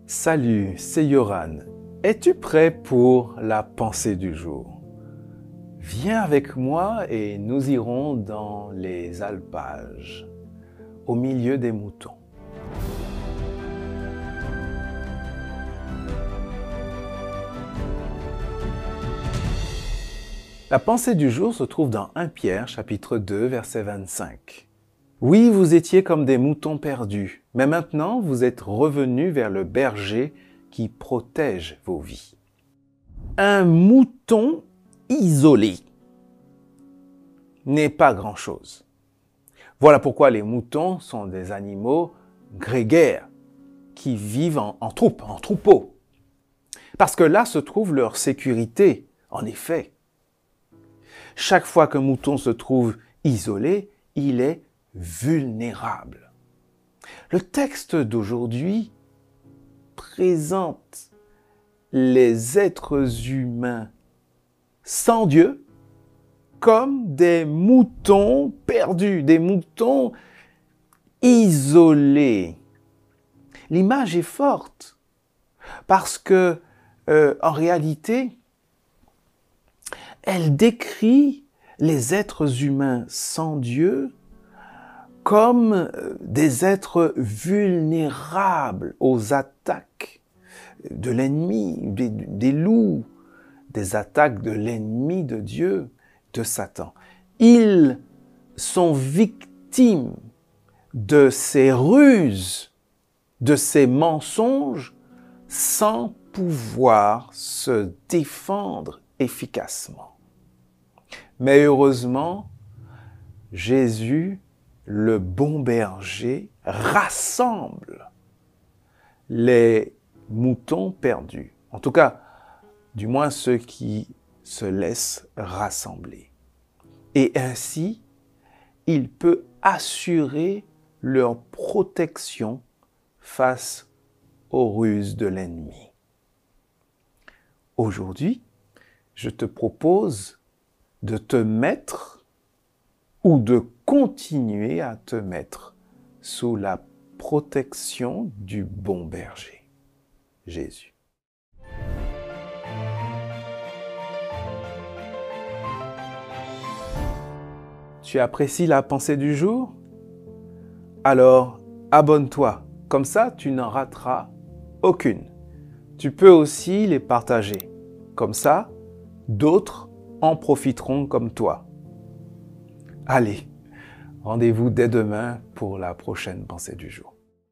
Salut, c'est Yoran. Es-tu prêt pour la pensée du jour? Viens avec moi et nous irons dans les alpages, au milieu des moutons. La pensée du jour se trouve dans 1 Pierre, chapitre 2, verset 25. Oui, vous étiez comme des moutons perdus, mais maintenant vous êtes revenus vers le berger qui protège vos vies. Un mouton isolé n'est pas grand-chose. Voilà pourquoi les moutons sont des animaux grégaires qui vivent en troupe, en troupeau. Parce que là se trouve leur sécurité, en effet. Chaque fois qu'un mouton se trouve isolé, il est vulnérable. Le texte d'aujourd'hui présente les êtres humains sans Dieu comme des moutons perdus, des moutons isolés. L'image est forte parce que, en réalité, elle décrit les êtres humains sans Dieu comme des êtres vulnérables aux attaques de l'ennemi, des loups, des attaques de l'ennemi de Dieu, de Satan. Ils sont victimes de ces ruses, de ces mensonges, sans pouvoir se défendre efficacement. Mais heureusement, Jésus, le bon berger, rassemble les moutons perdus. En tout cas, du moins ceux qui se laissent rassembler. Et ainsi, il peut assurer leur protection face aux ruses de l'ennemi. Aujourd'hui, je te propose de te mettre ou de continuer à te mettre sous la protection du bon berger, Jésus. Tu apprécies la pensée du jour? Alors, abonne-toi, comme ça tu n'en rateras aucune. Tu peux aussi les partager, comme ça d'autres en profiteront comme toi. Allez, rendez-vous dès demain pour la prochaine pensée du jour.